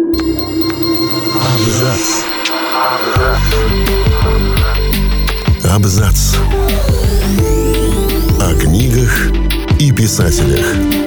Абзац. Абзац. О книгах и писателях.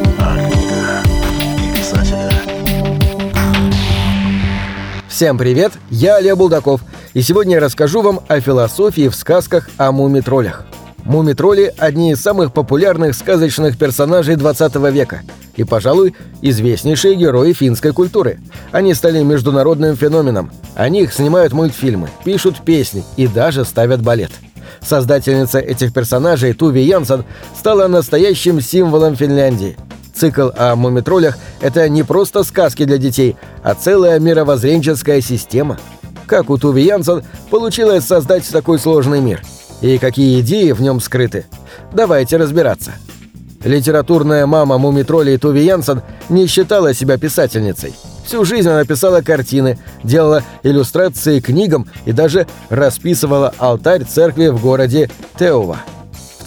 Всем привет, я Олег Булдаков, и сегодня я расскажу вам о философии в сказках о муми-троллях. Муми-тролли – одни из самых популярных сказочных персонажей 20 века и, пожалуй, известнейшие герои финской культуры. Они стали международным феноменом. О них снимают мультфильмы, пишут песни и даже ставят балет. Создательница этих персонажей Туви Янсон стала настоящим символом Финляндии. Цикл о муми-троллях – это не просто сказки для детей, а целая мировоззренческая система. Как у Туви Янсон получилось создать такой сложный мир? И какие идеи в нем скрыты? Давайте разбираться. Литературная мама муми-троллей Туви Янсон не считала себя писательницей. Всю жизнь она писала картины, делала иллюстрации к книгам и даже расписывала алтарь церкви в городе Теува. В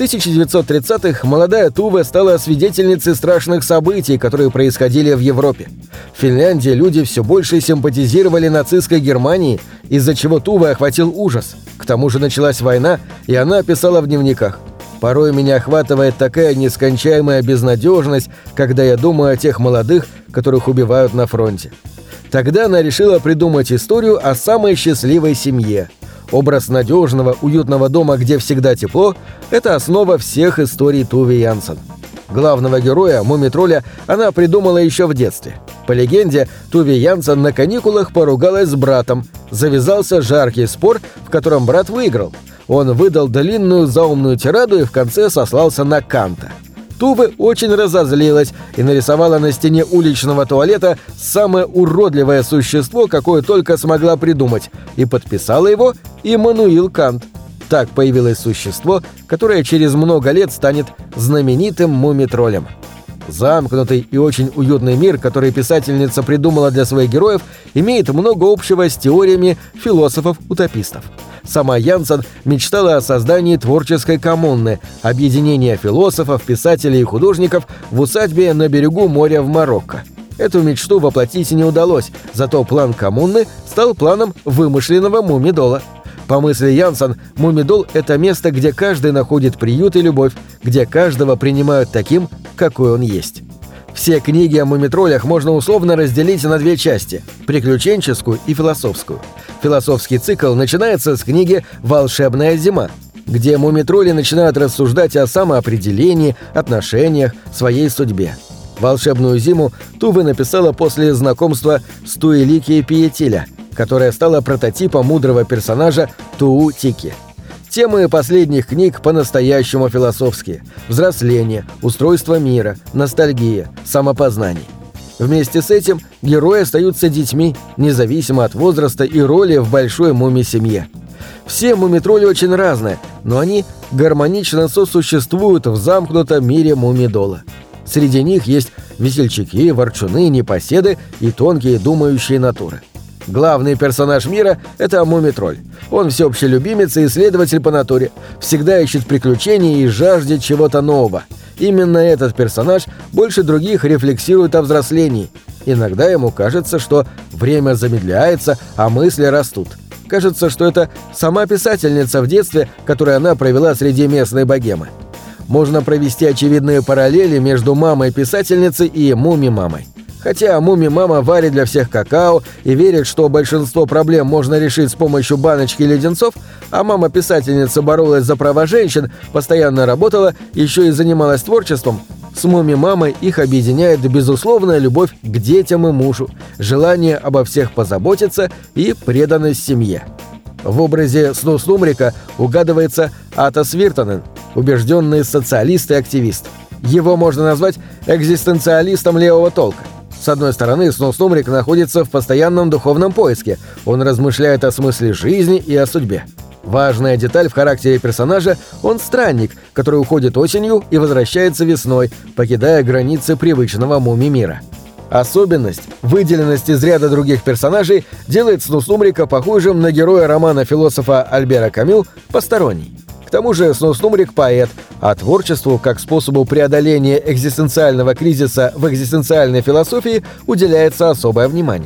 1930-х молодая Туве стала свидетельницей страшных событий, которые происходили в Европе. В Финляндии люди все больше симпатизировали нацистской Германии, из-за чего Туве охватил ужас. К тому же началась война, и она писала в дневниках: «Порой меня охватывает такая нескончаемая безнадежность, когда я думаю о тех молодых, которых убивают на фронте». Тогда она решила придумать историю о самой счастливой семье. Образ надежного, уютного дома, где всегда тепло – это основа всех историй Туви Янсон. Главного героя, муми-тролля, она придумала еще в детстве. По легенде, Туви Янсон на каникулах поругалась с братом. Завязался жаркий спор, в котором брат выиграл. Он выдал длинную заумную тираду и в конце сослался на Канта. Туве очень разозлилась и нарисовала на стене уличного туалета самое уродливое существо, какое только смогла придумать, и подписала его Иммануил Кант. Так появилось существо, которое через много лет станет знаменитым муми-троллем. Замкнутый и очень уютный мир, который писательница придумала для своих героев, имеет много общего с теориями философов-утопистов. Сама Янсон мечтала о создании творческой коммуны, объединения философов, писателей и художников в усадьбе на берегу моря в Марокко. Эту мечту воплотить не удалось, зато план коммуны стал планом вымышленного муми-дола. По мысли Янсон, муми-дол – это место, где каждый находит приют и любовь, где каждого принимают таким, какой он есть. Все книги о муми-троллях можно условно разделить на две части – приключенческую и философскую. Философский цикл начинается с книги «Волшебная зима», где муми-тролли начинают рассуждать о самоопределении, отношениях, своей судьбе. «Волшебную зиму» Туве написала после знакомства с Туилики Пиетиля, которая стала прототипом мудрого персонажа Туу-Тики. Темы последних книг по-настоящему философские: взросление, устройство мира, ностальгия, самопознание. Вместе с этим герои остаются детьми, независимо от возраста и роли в большой муми-семье. Все муми-тролли очень разные, но они гармонично сосуществуют в замкнутом мире муми-дола. Среди них есть весельчаки, ворчуны, непоседы и тонкие думающие натуры. Главный персонаж мира – это муми-тролль. Он всеобщий любимец и исследователь по натуре, всегда ищет приключений и жаждет чего-то нового. Именно этот персонаж больше других рефлексирует о взрослении. Иногда ему кажется, что время замедляется, а мысли растут. Кажется, что это сама писательница в детстве, которую она провела среди местной богемы. Можно провести очевидные параллели между мамой-писательницей и муми-мамой. Хотя муми-мама варит для всех какао и верит, что большинство проблем можно решить с помощью баночки леденцов, а мама-писательница боролась за права женщин, постоянно работала, еще и занималась творчеством, с муми-мамой их объединяет безусловная любовь к детям и мужу, желание обо всех позаботиться и преданность семье. В образе Снуснумрика угадывается Атос Виртанен, убежденный социалист и активист. Его можно назвать экзистенциалистом левого толка. С одной стороны, Снуснумрик находится в постоянном духовном поиске. Он размышляет о смысле жизни и о судьбе. Важная деталь в характере персонажа – он странник, который уходит осенью и возвращается весной, покидая границы привычного муми-мира. Особенность, выделенность из ряда других персонажей делает Снуснумрика похожим на героя романа философа Альбера Камю «Посторонний». К тому же Снуснумрик – поэт, а творчеству как способу преодоления экзистенциального кризиса в экзистенциальной философии уделяется особое внимание.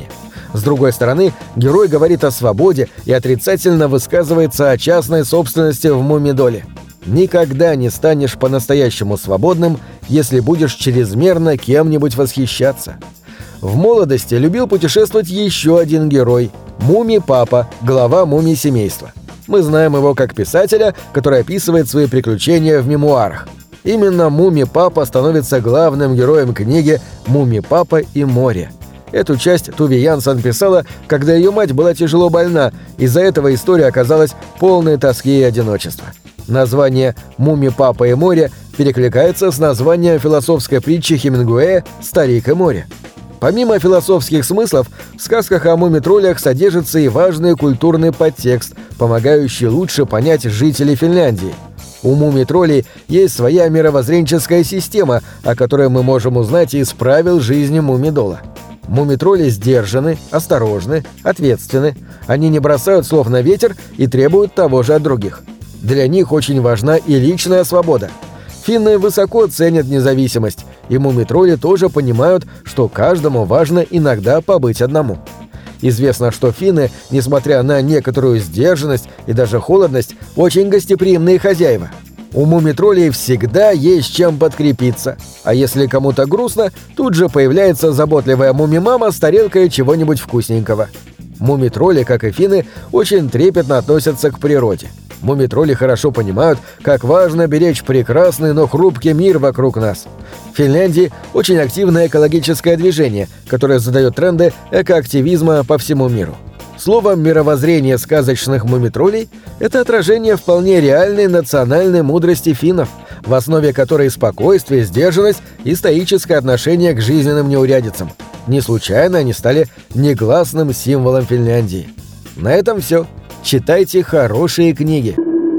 С другой стороны, герой говорит о свободе и отрицательно высказывается о частной собственности в Мумидоле. Никогда не станешь по-настоящему свободным, если будешь чрезмерно кем-нибудь восхищаться. В молодости любил путешествовать еще один герой – Муми-папа, глава мумий-семейства. Мы знаем его как писателя, который описывает свои приключения в мемуарах. Именно Муми-папа становится главным героем книги «Муми-папа и море». Эту часть Туви Янсон писала, когда ее мать была тяжело больна, из-за этого история оказалась полной тоски и одиночества. Название «Муми-папа и море» перекликается с названием философской притчи Хемингуэя «Старик и море». Помимо философских смыслов, в сказках о муми-троллях содержится и важный культурный подтекст, помогающий лучше понять жителей Финляндии. У муми-троллей есть своя мировоззренческая система, о которой мы можем узнать из правил жизни мумидола. Муми-тролли сдержаны, осторожны, ответственны. Они не бросают слов на ветер и требуют того же от других. Для них очень важна и личная свобода. Финны высоко ценят независимость, и муми-тролли тоже понимают, что каждому важно иногда побыть одному. Известно, что финны, несмотря на некоторую сдержанность и даже холодность, очень гостеприимные хозяева. У муми-троллей всегда есть чем подкрепиться, а если кому-то грустно, тут же появляется заботливая муми-мама с тарелкой чего-нибудь вкусненького. Муми-тролли, как и финны, очень трепетно относятся к природе. Муми-тролли хорошо понимают, как важно беречь прекрасный, но хрупкий мир вокруг нас. В Финляндии очень активное экологическое движение, которое задает тренды экоактивизма по всему миру. Словом, мировоззрение сказочных муми-троллей – это отражение вполне реальной национальной мудрости финнов, в основе которой спокойствие, сдержанность и стоическое отношение к жизненным неурядицам. Не случайно они стали негласным символом Финляндии. На этом все. Читайте хорошие книги.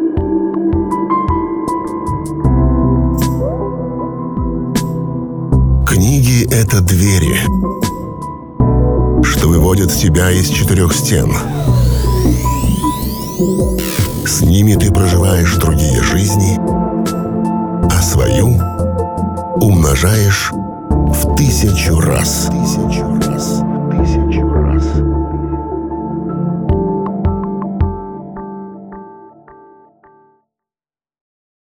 Книги — это двери, что выводят тебя из четырех стен. С ними ты проживаешь другие жизни, а свою умножаешь в 1000 раз.